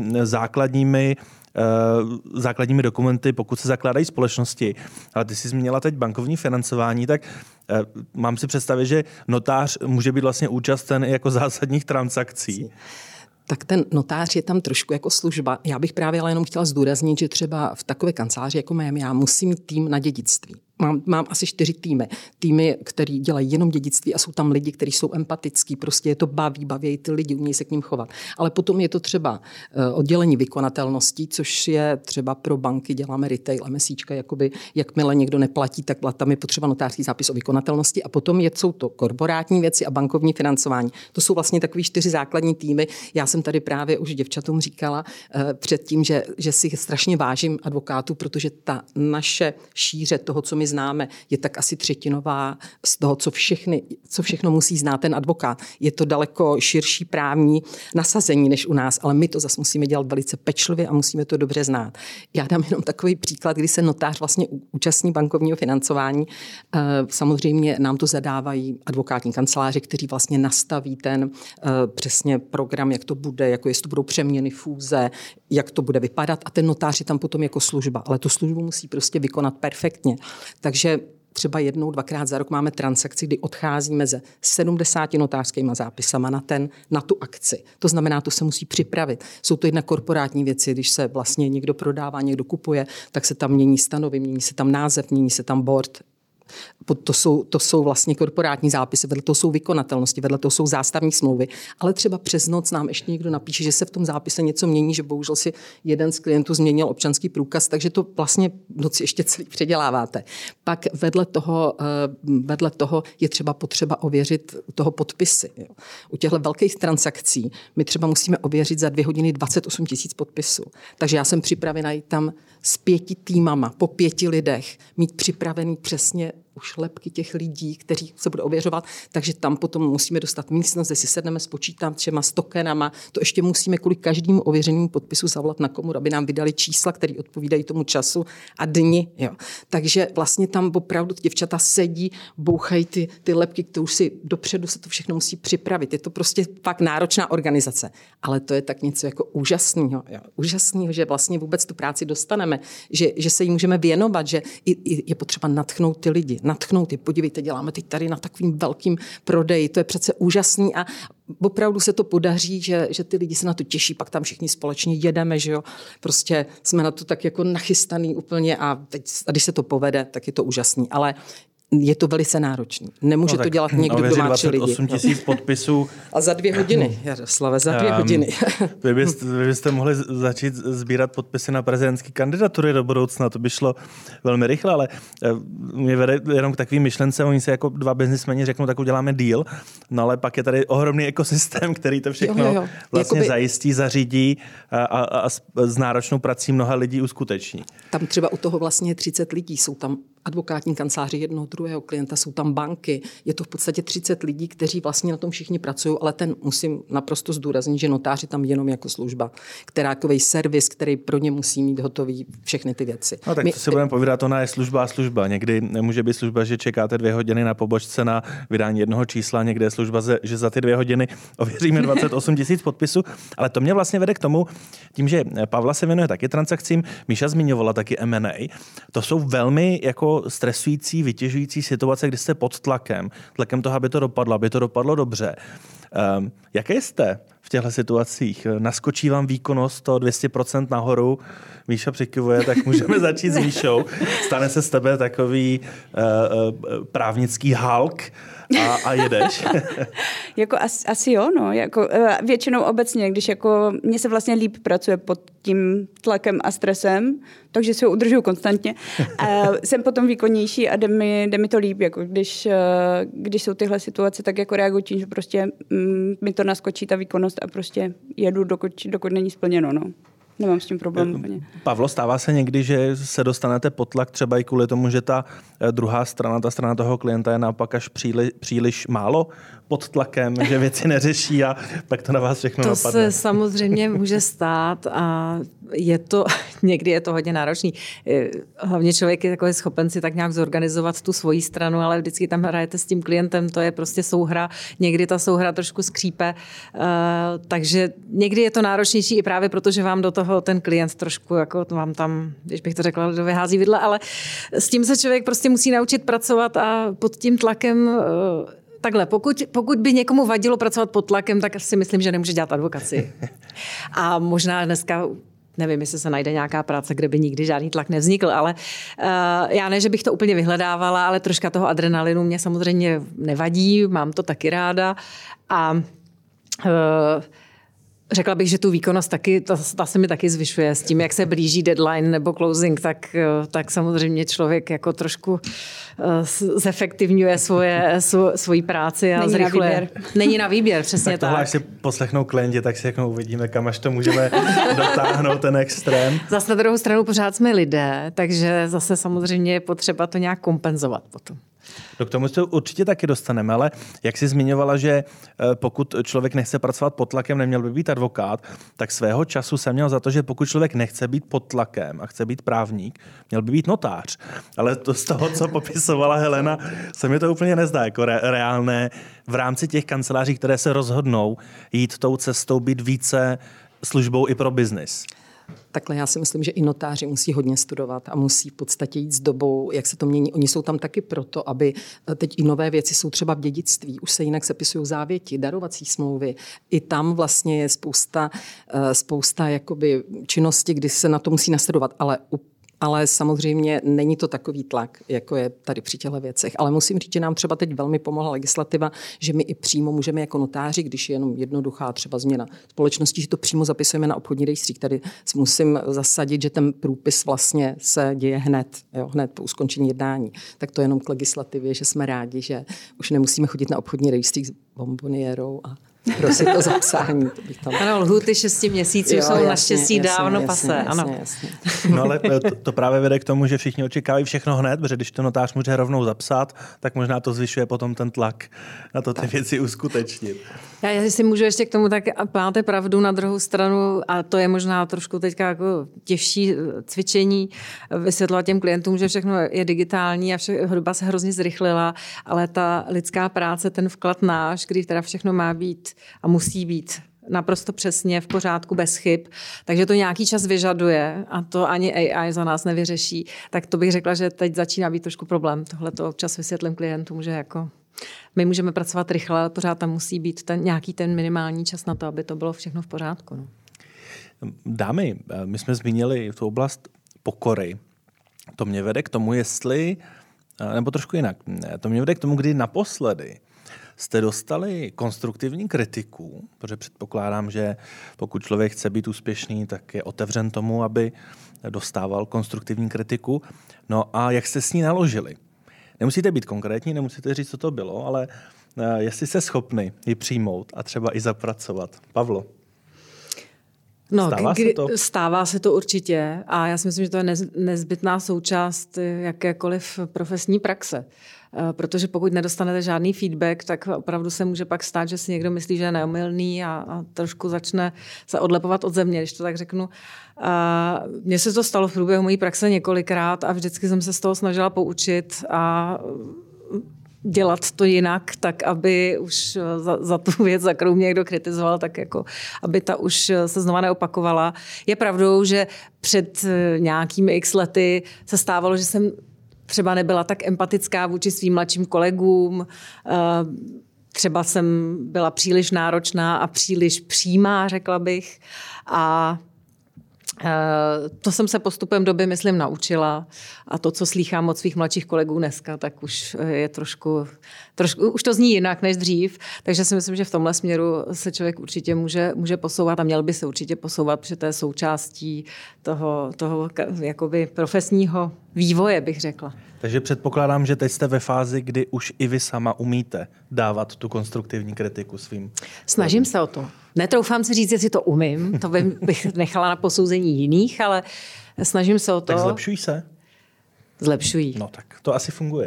základními dokumenty, pokud se zakládají společnosti. Ale ty jsi zmínila teď bankovní financování, tak mám si představit, že notář může být vlastně účasten i jako zásadních transakcí. Tak ten notář je tam trošku jako služba. Já bych právě ale jenom chtěla zdůraznit, že třeba v takové kanceláři jako mém já musím mít tým na dědictví. Mám asi 4 týmy. Týmy, který dělají jenom dědictví a jsou tam lidi, kteří jsou empatický, prostě je to baví ty lidi, umějí se k ním chovat. Ale potom je to třeba oddělení vykonatelností, což je třeba pro banky, děláme retail, MSíčka, jakoby jakmile někdo neplatí, tak tam je potřeba notářský zápis o vykonatelnosti a potom jsou to korporátní věci a bankovní financování. To jsou vlastně takový 4 základní týmy. Já jsem tady právě už děvčatům říkala předtím, že si strašně vážím advokátů, protože ta naše šíře toho, co my známe, je tak asi 1/3 z toho, co všechno musí znát ten advokát. Je to daleko širší právní nasazení než u nás, ale my to zase musíme dělat velice pečlivě a musíme to dobře znát. Já dám jenom takový příklad, kdy se notář vlastně účastní bankovního financování. Samozřejmě nám to zadávají advokátní kanceláře, kteří vlastně nastaví ten přesně program, jak to bude, jako jestli to budou přeměny, fúze, jak to bude vypadat a ten notář je tam potom jako služba, ale tu službu musí prostě vykonat perfektně. Takže třeba 1-2krát za rok máme transakci, kdy odcházíme ze 70 notářskýma zápisama na tu akci. To znamená, to se musí připravit. Jsou to jedna korporátní věci, když se vlastně někdo prodává, někdo kupuje, tak se tam mění stanovy, mění se tam název, mění se tam board. To jsou vlastně korporátní zápisy, vedle toho jsou vykonatelnosti, vedle toho jsou zástavní smlouvy, ale třeba přes noc nám ještě někdo napíše, že se v tom zápise něco mění, že bohužel si jeden z klientů změnil občanský průkaz, takže to vlastně v noci ještě celý předěláváte. Pak vedle toho je třeba potřeba ověřit toho podpisy. Jo. U těchto velkých transakcí my třeba musíme ověřit za 2 hodiny 28 000 podpisů. Takže já jsem připravena jít tam s 5 týmama, po 5 lidech, mít připravený přesně už lepky těch lidí, kteří se bude ověřovat, takže tam potom musíme dostat místnost, kde si sedneme s počítačema, s tokenama, to ještě musíme kvůli každému ověřenému podpisu zavolat na komoru, aby nám vydali čísla, které odpovídají tomu času a dni. Jo. Takže vlastně tam opravdu děvčata sedí, bouchají ty lepky, které už si dopředu se to všechno musí připravit. Je to prostě fakt náročná organizace, ale to je tak něco jako úžasného. Jo. Úžasného, že vlastně vůbec tu práci dostaneme, že se jí můžeme věnovat, že je potřeba nadchnout ty lidi. Natchnout je. Podívejte, děláme teď tady na takovým velkým prodeji, to je přece úžasný a opravdu se to podaří, že ty lidi se na to těší, pak tam všichni společně jedeme, že jo, prostě jsme na to tak jako nachystaný úplně a když se to povede, tak je to úžasný, ale je to velice náročné. Nemůže to dělat někdo, kdo má 3 lidi. 28 000 podpisů. A za 2 hodiny, Jaroslave, za 2 hodiny. Vy byste mohli začít sbírat podpisy na prezidentské kandidatury do budoucna, to by šlo velmi rychle, ale mě vede jenom k takovým myšlence, oni si jako 2 biznismeni řeknou, tak uděláme deal, no ale pak je tady ohromný ekosystém, který to všechno vlastně zajistí, zařídí a s náročnou prací mnoha lidí uskuteční. Tam třeba u toho vlastně 30 lidí, jsou tam advokátní kanceláři jednoho, druhého klienta, jsou tam banky, je to v podstatě 30 lidí, kteří vlastně na tom všichni pracují, ale musím naprosto zdůraznit, že notáři tam jenom jako služba, takový servis, který pro ně musí mít hotový všechny ty věci. No tak to si budeme povídat, ona je služba a služba. Někdy nemůže být služba, že čekáte 2 hodiny na pobočce na vydání jednoho čísla, někde je služba, že za ty 2 hodiny ověříme 28 000 podpisů, ale to mě vlastně vede k tomu, tím, že Pavla se věnuje taky transakcím, Míša zmiňovala taky M&A. To jsou velmi jako stresující, vytěžující situace, kdy jste pod tlakem toho, aby to dopadlo dobře. Jaké jste v těchto situacích? Naskočí vám výkonnost to 200% nahoru, Míša přikyvuje, tak můžeme začít s Míšou. Stane se z tebe takový právnický Hulk a jedeš? Jako asi jo, no. Jako, většinou obecně, když jako mně se vlastně líp pracuje pod tím tlakem a stresem, takže si ho udržuju konstantně. Jsem potom výkonnější a jde mi to líp, jako když jsou tyhle situace, tak jako reaguji tím, že prostě mi to naskočí ta výkonnost a prostě jedu, dokud není splněno, no. Nemám s tím problém úplně. Pavlo, stává se někdy, že se dostanete pod tlak třeba i kvůli tomu, že ta druhá strana, ta strana toho klienta je naopak až příliš málo pod tlakem, že věci neřeší a pak to na vás všechno napadne? To se samozřejmě může stát a někdy je to hodně náročný. Hlavně člověk je takový schopen si tak nějak zorganizovat tu svoji stranu, ale vždycky tam hrajete s tím klientem, to je prostě souhra. Někdy ta souhra trošku skřípe, takže někdy je to náročnější i právě proto, že vám do toho ten klient trošku, jako vám tam, když bych to řekla, vyhází vidle, ale s tím se člověk prostě musí naučit pracovat a pod tím tlakem takhle, pokud by někomu vadilo pracovat pod tlakem, tak si myslím, že nemůže dělat advokaci. A možná dneska nevím, jestli se najde nějaká práce, kde by nikdy žádný tlak nevznikl, ale já ne, že bych to úplně vyhledávala, ale troška toho adrenalinu mě samozřejmě nevadí, mám to taky ráda a řekla bych, že tu výkonnost taky, ta se mi taky zvyšuje s tím, jak se blíží deadline nebo closing, tak samozřejmě člověk jako trošku zefektivňuje svoji práci a zrychluje. Není na výběr, přesně tak. Až si poslechnou klienti, tak si jako uvidíme, kam až to můžeme dotáhnout ten extrém. Zase na druhou stranu pořád jsme lidé, takže zase samozřejmě je potřeba to nějak kompenzovat potom. K tomu se určitě taky dostaneme, ale jak jsi zmiňovala, že pokud člověk nechce pracovat pod tlakem, neměl by být advokát, tak svého času jsem měl za to, že pokud člověk nechce být pod tlakem a chce být právník, měl by být notář. Ale to z toho, co popisovala Helena, se mi to úplně nezdá jako reálné v rámci těch kanceláří, které se rozhodnou jít tou cestou, být více službou i pro biznis. Takhle já si myslím, že i notáři musí hodně studovat a musí v podstatě jít s dobou, jak se to mění. Oni jsou tam taky proto, aby teď i nové věci jsou třeba v dědictví. Už se jinak sepisují závěti, darovací smlouvy. I tam vlastně je spousta jakoby činností, kdy se na to musí nastudovat, ale samozřejmě není to takový tlak, jako je tady při těchto věcech. Ale musím říct, že nám třeba teď velmi pomohla legislativa, že my i přímo můžeme jako notáři, když je jenom jednoduchá třeba změna společnosti, že to přímo zapisujeme na obchodní rejstřík. Tady musím zasadit, že ten průpis vlastně se děje hned po skončení jednání. Tak to jenom k legislativě, že jsme rádi, že už nemusíme chodit na obchodní rejstřík s bomboniérou a prosím o zapsání. Ano, lhůty 6 měsíců jsou naštěstí dávno pasé. Ano. Jasně. No ale to právě vede k tomu, že všichni očekávají všechno hned, protože když to notář může rovnou zapsat, tak možná to zvyšuje potom ten tlak na to ty věci uskutečnit. Já si můžu ještě k tomu tak, máte pravdu na druhou stranu, a to je možná trošku teďka jako těžší cvičení, vysvětlovat těm klientům, že všechno je digitální a doba se hrozně zrychlila, ale ta lidská práce, ten vklad náš, kdy teda všechno má být a musí být naprosto přesně, v pořádku, bez chyb. Takže to nějaký čas vyžaduje a to ani AI za nás nevyřeší. Tak to bych řekla, že teď začíná být trošku problém. Tohle to občas vysvětlím klientům, že jako my můžeme pracovat rychle, ale pořád tam musí být nějaký ten minimální čas na to, aby to bylo všechno v pořádku. No. Dámy, my jsme zmínili tu oblast pokory. To mě vede k tomu, jestli Nebo trošku jinak. To mě vede k tomu, kdy naposledy jste dostali konstruktivní kritiku, protože předpokládám, že pokud člověk chce být úspěšný, tak je otevřen tomu, aby dostával konstruktivní kritiku. No a jak jste s ní naložili? Nemusíte být konkrétní, nemusíte říct, co to bylo, ale jestli jste schopni ji přijmout a třeba i zapracovat. Pavlo? No, Stává se to určitě a já si myslím, že to je nezbytná součást jakékoliv profesní praxe. Protože pokud nedostanete žádný feedback, tak opravdu se může pak stát, že si někdo myslí, že je neomylný a trošku začne se odlepovat od země, když to tak řeknu. Mně se to stalo v průběhu mojí praxe několikrát a vždycky jsem se z toho snažila poučit a dělat to jinak, tak aby už za tu věc, za kterou mě někdo kritizoval, tak jako aby ta už se znova neopakovala. Je pravdou, že před nějakými x lety se stávalo, že jsem třeba nebyla tak empatická vůči svým mladším kolegům, třeba jsem byla příliš náročná a příliš přímá, řekla bych. A to jsem se postupem doby, myslím, naučila. A to, co slýchám od svých mladších kolegů dneska, tak už je trošku už to zní jinak než dřív. Takže si myslím, že v tomhle směru se člověk určitě může posouvat a měl by se určitě posouvat, protože to je součástí toho jakoby profesního vývoje, bych řekla. Takže předpokládám, že teď jste ve fázi, kdy už i vy sama umíte dávat tu konstruktivní kritiku svým. Snažím se o to. Netroufám si říct, jestli to umím, to bych nechala na posouzení jiných, ale snažím se o to. Tak zlepšují se? Zlepšují. No tak to asi funguje.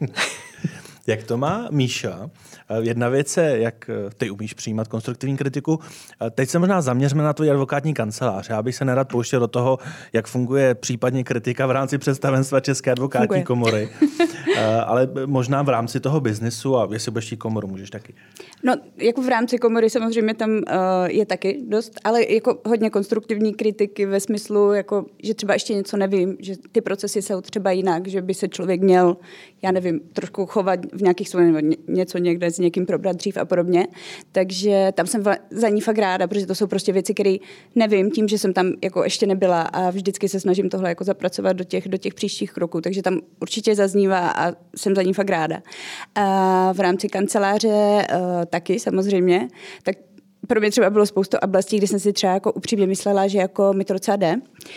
Jak to má Míša? Jedna věc je, jak ty umíš přijímat konstruktivní kritiku. Teď se možná zaměřme na tvůj advokátní kancelář. Já bych se nerad pouštěl do toho, jak funguje případně kritika v rámci představenstva České advokátní komory. Ale možná v rámci toho biznesu a jestli budeš komoru, můžeš taky. No, jako v rámci komory samozřejmě tam je taky dost, ale jako hodně konstruktivní kritiky ve smyslu, jako, že třeba ještě něco nevím, že ty procesy jsou třeba jinak, že by se člověk měl, já nevím, trošku chovat v nějakých svých, něco někde s někým probrat dřív a podobně. Takže tam jsem za ní fakt ráda, protože to jsou prostě věci, které nevím, tím, že jsem tam jako ještě nebyla a vždycky se snažím tohle jako zapracovat do těch příštích kroků. Takže tam určitě zaznívá a jsem za ní fakt ráda. A v rámci kanceláře taky samozřejmě, tak pro mě třeba bylo spoustu oblastí, kdy jsem si třeba jako upřímně myslela, že jako mi to docela jde.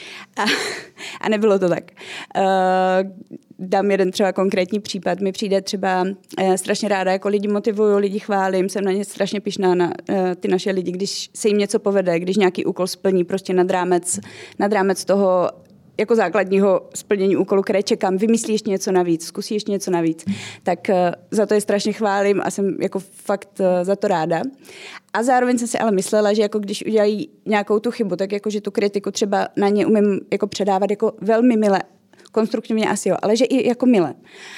A nebylo to tak. Dám jeden třeba konkrétní případ. Mi přijde třeba strašně ráda, jako lidi motivuju, lidi chválím, jsem na ně strašně pyšná na ty naše lidi, když se jim něco povede, když nějaký úkol splní prostě nad rámec toho jako základního splnění úkolu, které čekám, vymyslí ještě něco navíc, zkusí ještě něco navíc, tak za to je strašně chválím a jsem jako fakt za to ráda. A zároveň jsem si ale myslela, že jako když udělají nějakou tu chybu, tak jako, že tu kritiku třeba na ně umím jako předávat jako velmi milé, konstruktivně asi jo, ale že i jako milé.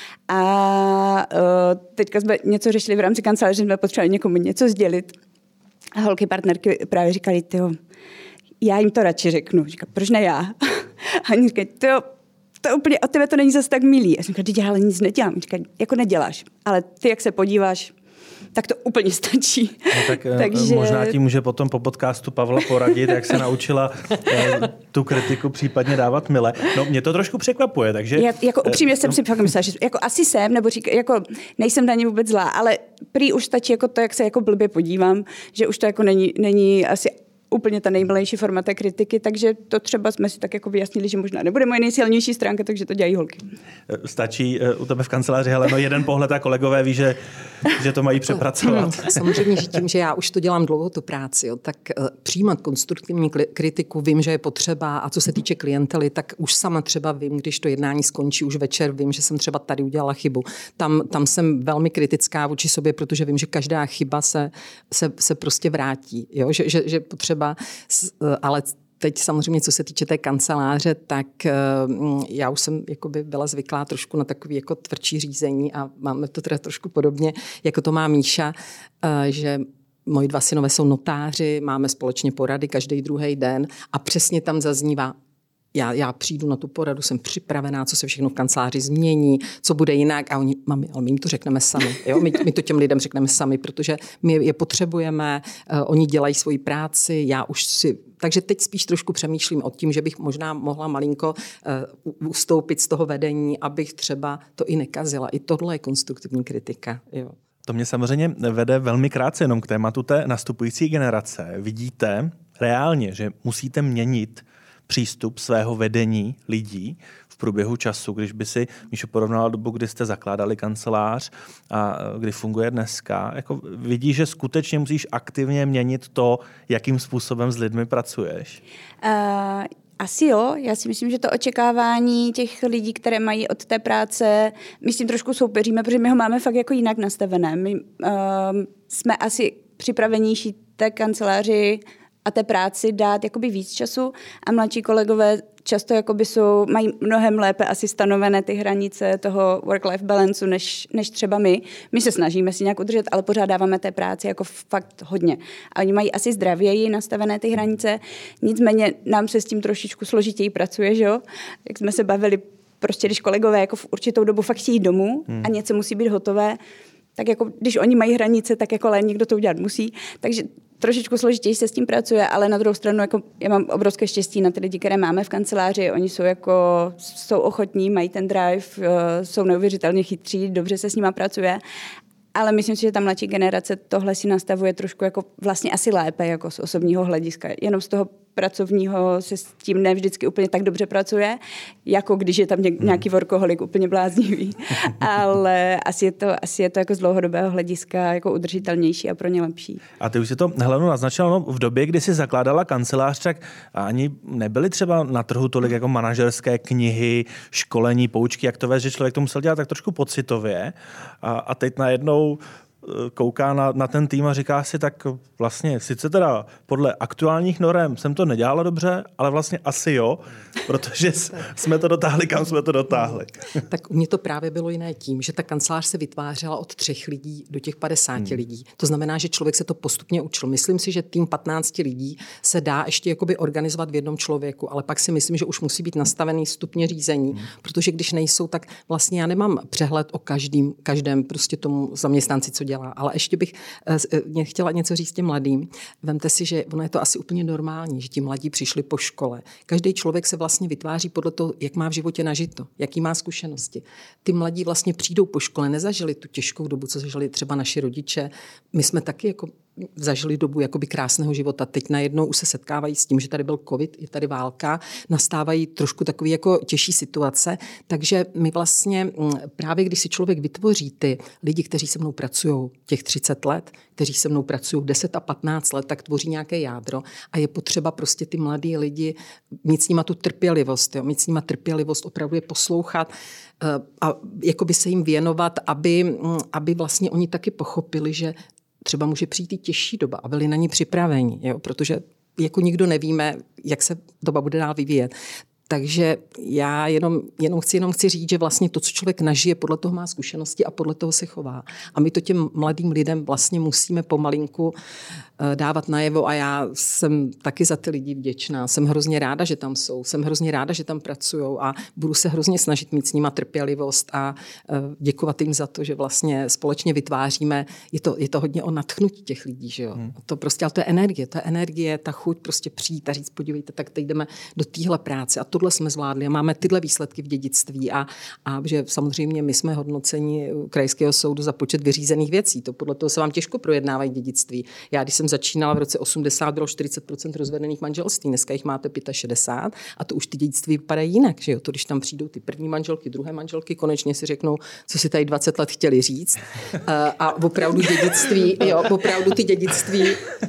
A teďka jsme něco řešili v rámci kanceláře, že jsme potřebovali někomu něco sdělit. A holky partnerky právě říkali, tyjo, já jim to radši řeknu. Říkám, proč ne já? A oni říkají, to úplně od tebe to není zase tak milý. A říkám, ty ale nic nedělám. Říkám, jako neděláš, ale ty, jak se podíváš, tak to úplně stačí. No tak takže možná ti může potom po podcastu Pavla poradit, jak se naučila tu kritiku případně dávat mile. No mě to trošku překvapuje, takže... Já, jako upřímně jsem si fakt myslela, že jako asi jsem, nebo jako nejsem na ně vůbec zlá, ale prý už stačí jako to, jak se jako blbě podívám, že už to jako není asi úplně ta nejmilejší forma té kritiky, takže to třeba jsme si tak jako vyjasnili, že možná nebude moje nejsilnější stránka, takže to dělají holky. Stačí u tebe v kanceláři, Heleno, jeden pohled a kolegové ví, že to mají přepracovat. Samozřejmě, že tím, že já už to dělám dlouho tu práci, jo, tak přijímat konstruktivní kritiku vím, že je potřeba a co se týče klientely, tak už sama třeba vím, když to jednání skončí už večer, vím, že jsem třeba tady udělala chybu. Tam jsem velmi kritická vůči sobě, protože vím, že každá chyba se prostě vrátí, jo, že potřeba, ale teď samozřejmě, co se týče té kanceláře, tak já už jsem jakoby byla zvyklá trošku na takový jako tvrdší řízení a máme to teda trošku podobně, jako to má Míša, že moji 2 synové jsou notáři, máme společně porady každý druhý den a přesně tam zaznívá, Já přijdu na tu poradu, jsem připravená, co se všechno v kanceláři změní, co bude jinak a oni, mami, ale my jim to řekneme sami. Jo? My to těm lidem řekneme sami, protože my je potřebujeme, oni dělají svoji práci, takže teď spíš trošku přemýšlím o tím, že bych možná mohla malinko ustoupit z toho vedení, abych třeba to i nekazila. I tohle je konstruktivní kritika. Jo. To mě samozřejmě vede velmi krátce jenom k tématu té nastupující generace. Vidíte reálně, že musíte měnit přístup svého vedení lidí v průběhu času, když by si, Míšo, porovnala dobu, kdy jste zakládali kancelář a kdy funguje dneska, jako vidíš, že skutečně musíš aktivně měnit to, jakým způsobem s lidmi pracuješ? Asi jo, já si myslím, že to očekávání těch lidí, které mají od té práce, my s tím trošku soupeříme, protože my ho máme fakt jako jinak nastavené. My jsme asi připravenější té kanceláři a té práci dát jakoby víc času a mladší kolegové často jakoby mají mnohem lépe asi stanovené ty hranice toho work-life balance než třeba my. My se snažíme si nějak udržet, ale pořád dáváme té práci jako fakt hodně. A oni mají asi zdravěji nastavené ty hranice, nicméně nám se s tím trošičku složitěji pracuje, že jo? Jak jsme se bavili, prostě když kolegové jako v určitou dobu fakt chtějí domů a něco musí být hotové, tak jako když oni mají hranice, tak jako někdo to udělat musí. Takže trošičku složitěji se s tím pracuje, ale na druhou stranu jako já mám obrovské štěstí na ty lidi, které máme v kanceláři. Oni jsou ochotní, mají ten drive, jsou neuvěřitelně chytří, dobře se s nima pracuje. Ale myslím si, že ta mladší generace tohle si nastavuje trošku jako vlastně asi lépe jako z osobního hlediska. Jenom z toho pracovního se s tím ne vždycky úplně tak dobře pracuje, jako když je tam nějaký workoholik úplně bláznivý. Ale asi je to jako z dlouhodobého hlediska jako udržitelnější a pro ně lepší. A ty už si to Heleno naznačila, no, v době, kdy jsi zakládala kancelář, tak ani nebyly třeba na trhu tolik jako manažerské knihy, školení, poučky, jak to vést, že člověk to musel dělat tak trošku pocitově a teď najednou kouká na ten tým a říká si, tak vlastně sice teda podle aktuálních norem jsem to nedělala dobře, ale vlastně asi jo, protože jsme to dotáhli, kam jsme to dotáhli. Tak u mě to právě bylo jiné tím, že ta kancelář se vytvářela od 3 lidí do těch 50 lidí. To znamená, že člověk se to postupně učil. Myslím si, že tým 15 lidí se dá ještě jakoby organizovat v jednom člověku, ale pak si myslím, že už musí být nastavený stupně řízení, protože když nejsou, tak vlastně já nemám přehled o každém prostě tomu zaměstnanci, co dělá. Ale ještě bych chtěla něco říct těm mladým. Vemte si, že ono je to asi úplně normální, že ti mladí přišli po škole. Každý člověk se vlastně vytváří podle toho, jak má v životě nažito, jaký má zkušenosti. Ty mladí vlastně přijdou po škole, nezažili tu těžkou dobu, co zažili třeba naši rodiče. My jsme taky jako zažili dobu jakoby krásného života. Teď najednou už se setkávají s tím, že tady byl covid, je tady válka, nastávají trošku takový jako těžší situace, takže my vlastně právě když si člověk vytvoří ty lidi, kteří se mnou pracují těch 30 let, kteří se mnou pracují 10 a 15 let, tak tvoří nějaké jádro a je potřeba prostě ty mladí lidi mít s nima tu trpělivost, jo? Mít s nima trpělivost, opravdu je poslouchat a jakoby se jim věnovat, aby vlastně oni taky pochopili, že třeba může přijít i těžší doba a byli na ní připraveni, jo? Protože jako nikdo nevíme, jak se doba bude dál vyvíjet. Takže já jenom chci říct, že vlastně to, co člověk nažije, podle toho má zkušenosti a podle toho se chová. A my to těm mladým lidem vlastně musíme pomalinku dávat najevo a já jsem taky za ty lidi vděčná. Jsem hrozně ráda, že tam jsou, jsem hrozně ráda, že tam pracujou a budu se hrozně snažit mít s nima trpělivost a děkovat jim za to, že vlastně společně vytváříme. Je to hodně o nadchnutí těch lidí, že jo. To prostě, ale to je energie, ta chuť prostě přijít a říct, podívejte, tak teď jdeme do téhle práce a tohle jsme zvládli a máme tyhle výsledky v dědictví a že samozřejmě my jsme hodnoceni krajského soudu za počet vyřízených věcí. To podle toho se vám těžko projednávají dědictví. Já když jsem začínala v roce 80, bylo 40% rozvedených manželství, dneska jich máte 65 a to už ty dědictví vypadají jinak, že jo? To když tam přijdou ty první manželky, druhé manželky, konečně si řeknou, co si tady 20 let chtěli říct. A opravdu ty dědictví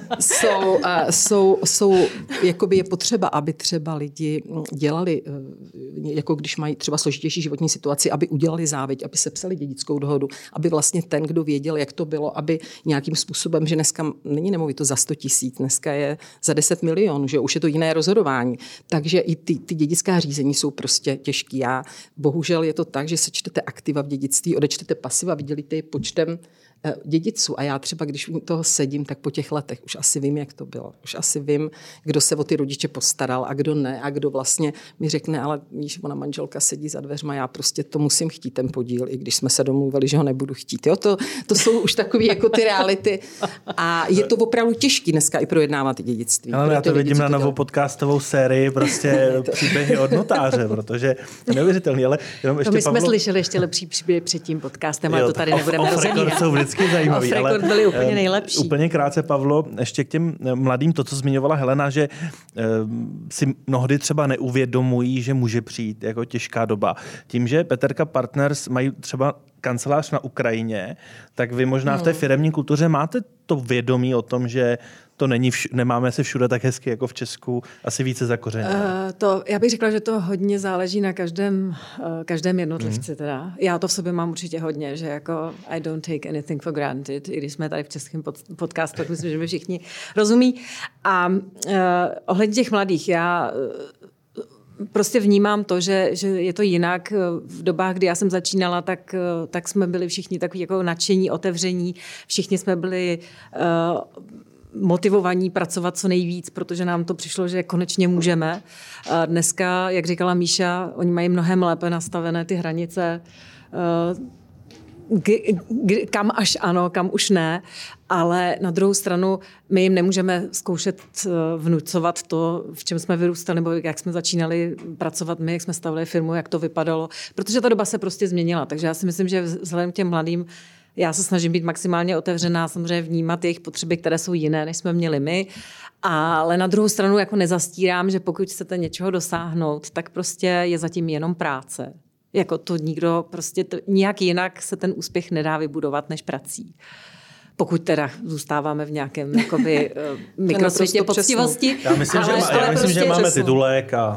jsou jakoby je potřeba, aby třeba lidi dělali, jako když mají třeba složitější životní situaci, aby udělali závěť, aby sepsali dědickou dohodu, aby vlastně ten, kdo věděl, jak to bylo, aby nějakým způsobem, že dneska není nemovitost za 100 000, dneska je za 10 milionů, že už je to jiné rozhodování. Takže i ty dědická řízení jsou prostě těžký. Bohužel je to tak, že sečtete aktiva v dědictví, odečtete pasiva, vydělíte je počtem dědiců. A já třeba, když u toho sedím, tak po těch letech už asi vím, jak to bylo. Už asi vím, kdo se o ty rodiče postaral a kdo ne. A kdo vlastně mi řekne, ale víš, ona manželka sedí za dveřma, já prostě to musím chtít, ten podíl, i když jsme se domluvili, že ho nebudu chtít. Jo, to jsou už takové jako ty reality. A je to opravdu těžké dneska i projednávat dědictví. Ale já to vidím na novou podcastovou sérii, prostě příběhy od notáře, protože neuvěřitelný, ale jenom ještě my jsme slyšeli ještě lepší příběhy před tím podcastem, ale to tady nebudeme rozebírat. Jsou vždycky zajímavý. Ale byly úplně nejlepší. Úplně krátce, Pavlo, ještě k těm mladým, to, co zmiňovala Helena, že si mnohdy třeba neuvědomují, že může přijít jako těžká doba. Tím, že Peterka Partners mají třeba kancelář na Ukrajině, tak vy možná v té firemní kultuře máte to vědomí o tom, že to nemáme si všude tak hezky jako v Česku, asi více zakořeněné. Já bych řekla, že to hodně záleží na každém jednotlivci. Teda. Já to v sobě mám určitě hodně, že jako I don't take anything for granted, i když jsme tady v českém podcastu, tak myslím, že my všichni rozumí. A ohledně těch mladých, já prostě vnímám to, že je to jinak. V dobách, kdy já jsem začínala, tak jsme byli všichni takový jako nadšení, otevření. Všichni jsme byli motivovaní pracovat co nejvíc, protože nám to přišlo, že konečně můžeme. Dneska, jak říkala Míša, oni mají mnohem lépe nastavené ty hranice, kam až ano, kam už ne, ale na druhou stranu my jim nemůžeme zkoušet vnucovat to, v čem jsme vyrůstali, nebo jak jsme začínali pracovat my, jak jsme stavili firmu, jak to vypadalo, protože ta doba se prostě změnila. Takže já si myslím, že vzhledem k těm mladým já se snažím být maximálně otevřená, samozřejmě vnímat jejich potřeby, které jsou jiné, než jsme měli my, ale na druhou stranu jako nezastírám, že pokud chcete něčeho dosáhnout, tak prostě je zatím jenom práce. Jako to nikdo prostě nijak jinak se ten úspěch nedá vybudovat než prací. Pokud teda zůstáváme v nějakém jakoby, mikrosvětě poctivosti. Já myslím, že máme titulek a...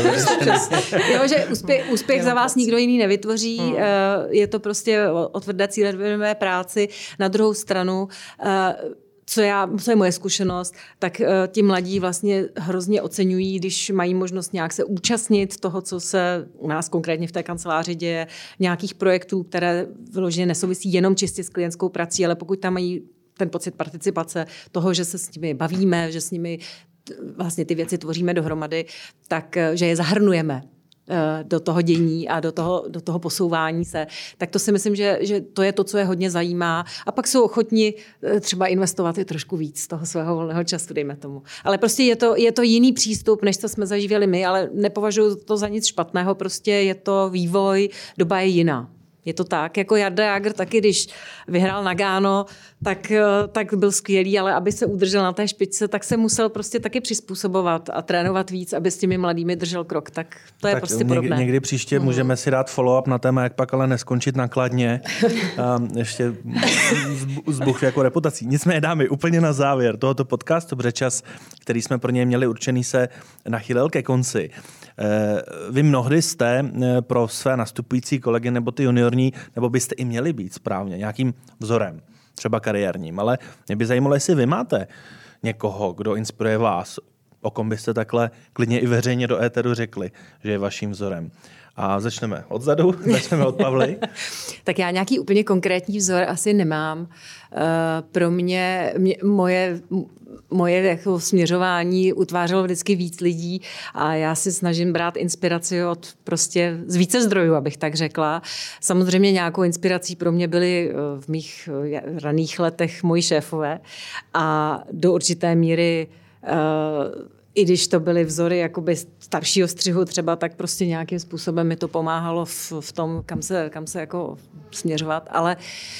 Jo, že úspěch za vás nikdo jiný nevytvoří. Je to prostě o tvrdé cílevědomé práci. Na druhou stranu... Co je moje zkušenost, tak ti mladí vlastně hrozně oceňují, když mají možnost nějak se účastnit toho, co se u nás konkrétně v té kanceláři děje, nějakých projektů, které vyloženě nesouvisí jenom čistě s klientskou prací, ale pokud tam mají ten pocit participace, toho, že se s nimi bavíme, že s nimi vlastně ty věci tvoříme dohromady, tak že je zahrnujeme do toho dění a do toho posouvání se, tak to si myslím, že to je to, co je hodně zajímá. A pak jsou ochotni třeba investovat i trošku víc z toho svého volného času, dejme tomu. Ale prostě je to jiný přístup, než co jsme zažívali my, ale nepovažuji to za nic špatného, prostě je to vývoj, doba je jiná. Je to tak, jako Jarda Jágr taky, když vyhrál Nagano, tak byl skvělý, ale aby se udržel na té špičce, tak se musel prostě taky přizpůsobovat a trénovat víc, aby s těmi mladými držel krok. Tak to je prostě podobné. Někdy příště můžeme si dát follow-up na téma, jak pak ale neskončit nakladně. Ještě zbuch jako reputací. Nicméně, dámy, úplně na závěr tohoto podcastu, protože čas, který jsme pro něj měli určený, se nachýlil ke konci. Vy mnohdy jste pro své nastupující kolegy nebo ty juniorní, nebo byste i měli být správně nějakým vzorem, třeba kariérním, ale mě by zajímalo, jestli vy máte někoho, kdo inspiruje vás, o kom byste takhle klidně i veřejně do éteru řekli, že je vaším vzorem. A začneme odzadu, začneme od Pavly. Tak já nějaký úplně konkrétní vzor asi nemám. Pro mě moje jako směřování utvářelo vždycky víc lidí a já si snažím brát inspiraci od prostě z více zdrojů, abych tak řekla. Samozřejmě nějakou inspirací pro mě byly v mých raných letech moji šéfové a do určité míry i když to byly vzory jakoby staršího střihu třeba, tak prostě nějakým způsobem mi to pomáhalo v tom, kam se jako směřovat. Ale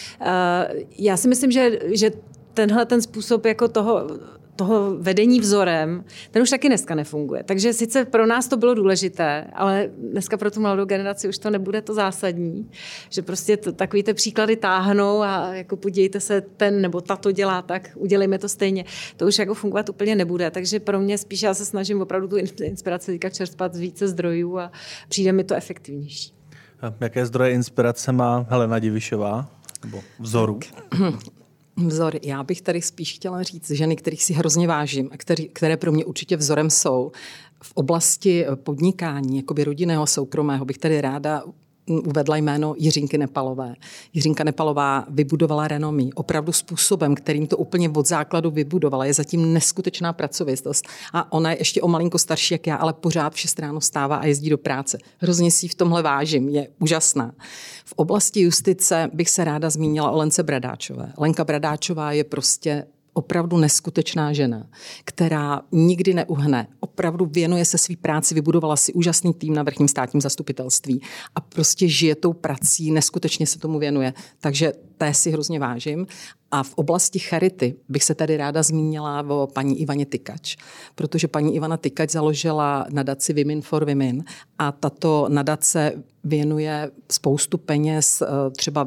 já si myslím, že tenhle ten způsob jako toho vedení vzorem, ten už taky dneska nefunguje. Takže sice pro nás to bylo důležité, ale dneska pro tu mladou generaci už to nebude to zásadní, že prostě takový ty příklady táhnou a jako podívejte se, ten nebo tato dělá tak, udělejme to stejně. To už jako fungovat úplně nebude. Takže pro mě spíš já se snažím opravdu tu inspiraci čerpat z více zdrojů a přijde mi to efektivnější. A jaké zdroje inspirace má Helena Divišová? Nebo vzorů? Vzory. Já bych tady spíš chtěla říct ženy, kterých si hrozně vážím a které pro mě určitě vzorem jsou. V oblasti podnikání, jakoby rodinného, soukromého, bych tady ráda uvedla jméno Jiřinky Nepalové. Jiřinka Nepalová vybudovala renomí opravdu způsobem, kterým to úplně od základu vybudovala. Je zatím neskutečná pracovitost a ona je ještě o malinko starší jak já, ale pořád v 6 ráno stává a jezdí do práce. Hrozně si v tomhle vážím, je úžasná. V oblasti justice bych se ráda zmínila o Lence Bradáčové. Lenka Bradáčová je prostě opravdu neskutečná žena, která nikdy neuhne, opravdu věnuje se své práci, vybudovala si úžasný tým na vrchním státním zastupitelství a prostě žije tou prací, neskutečně se tomu věnuje. Takže té si hrozně vážím. A v oblasti charity bych se tady ráda zmínila o paní Ivaně Tykač, protože paní Ivana Tykač založila nadaci Women for Women a nadace věnuje spoustu peněz, třeba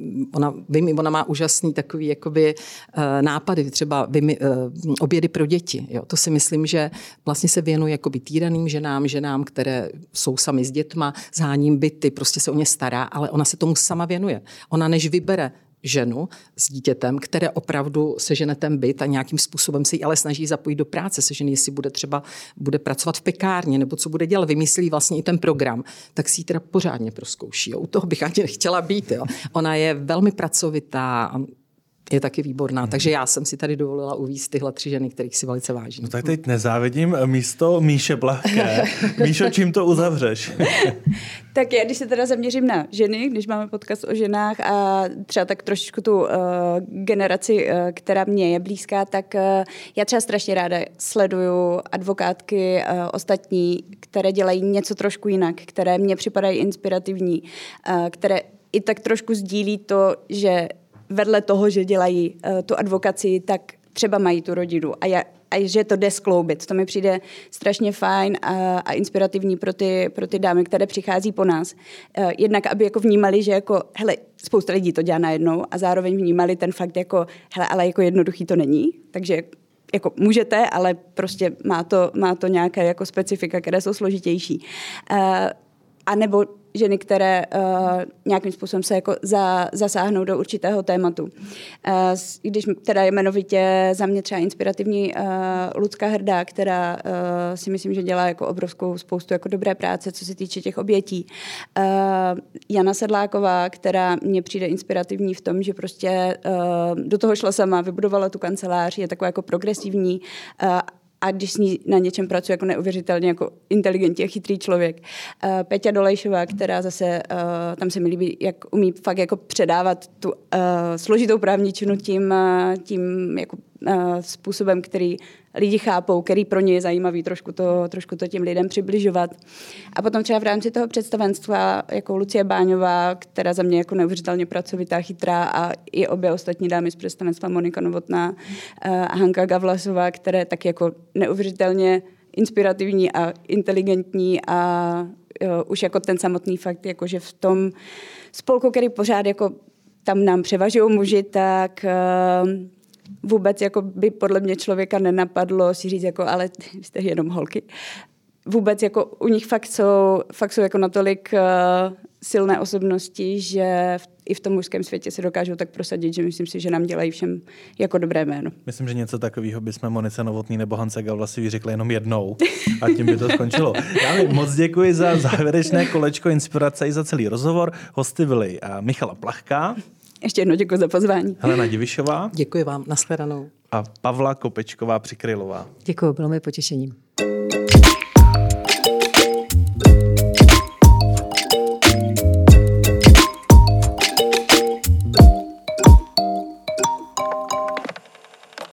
ona má úžasný takový jakoby nápady, třeba obědy pro děti. Jo. To si myslím, že vlastně se věnuje jakoby týraným ženám, které jsou sami s dětma, zháním byty, prostě se o ně stará, ale ona se tomu sama věnuje. Ona než vybere ženu s dítětem, které opravdu sežene ten byt a nějakým způsobem se jí ale snaží zapojit do práce. Sežene, jestli bude pracovat v pekárně nebo co bude dělat, vymyslí vlastně i ten program, tak si ji teda pořádně prozkouší. Jo. U toho bych ani nechtěla být. Jo. Ona je velmi pracovitá, je taky výborná. Takže já jsem si tady dovolila uvést tyhle 3 ženy, kterých si velice vážím. No tak teď nezávidím místo Míše Plachké. Míšo, čím to uzavřeš? Tak já, když se teda zaměřím na ženy, když máme podcast o ženách a třeba tak trošičku tu generaci, která mě je blízká, tak já třeba strašně ráda sleduju advokátky ostatní, které dělají něco trošku jinak, které mně připadají inspirativní, které i tak trošku sdílí to, že vedle toho, že dělají tu advokaci, tak třeba mají tu rodinu a že to jde skloubit. To mi přijde strašně fajn a inspirativní pro ty dámy, které přichází po nás. Jednak, aby jako vnímali, že jako, hele, spousta lidí to dělá najednou a zároveň vnímali ten fakt jako, hele, ale jako jednoduchý to není, takže jako můžete, ale prostě má to nějaké jako specifika, které jsou složitější. A nebo ženy, které nějakým způsobem se jako zasáhnou do určitého tématu. Když teda jmenovitě za mě třeba inspirativní Lucka Hrdá, která si myslím, že dělá jako obrovskou spoustu jako dobré práce, co se týče těch obětí. Jana Sedláková, která mně přijde inspirativní v tom, že prostě do toho šla sama, vybudovala tu kancelář, je taková jako progresivní, a když s ní na něčem pracuje jako neuvěřitelně jako inteligentní a chytrý člověk. Peťa Dolejšová, která zase, tam se mi líbí, jak umí fakt jako předávat tu složitou právničinu tím jako způsobem, který lidi chápou, který pro ně je zajímavý, trošku to těm lidem přibližovat. A potom třeba v rámci toho představenstva jako Lucie Báňová, která za mě jako neuvěřitelně pracovitá, chytrá a i obě ostatní dámy z představenstva, Monika Novotná a Hanka Gavlasová, které taky jako neuvěřitelně inspirativní a inteligentní a už jako ten samotný fakt, jako že v tom spolku, který pořád jako tam nám převažují muži, tak vůbec jako by podle mě člověka nenapadlo si říct, jako, ale jste jenom holky. Vůbec jako u nich fakt jsou jako natolik silné osobnosti, že i v tom mužském světě se dokážou tak prosadit, že myslím si, že nám dělají všem jako dobré jméno. Myslím, že něco takového bychom Monice Novotný nebo Hance Gavlasový řekli jenom jednou a tím by to skončilo. Já mi moc děkuji za závěrečné kolečko inspirace i za celý rozhovor. Hosty byli Michala Plachká. Ještě jednou děkuji za pozvání. Helena Divišová. Děkuji vám, nashledanou. A Pavla Kopečková Přikrylová. Děkuji, bylo mi potěšením.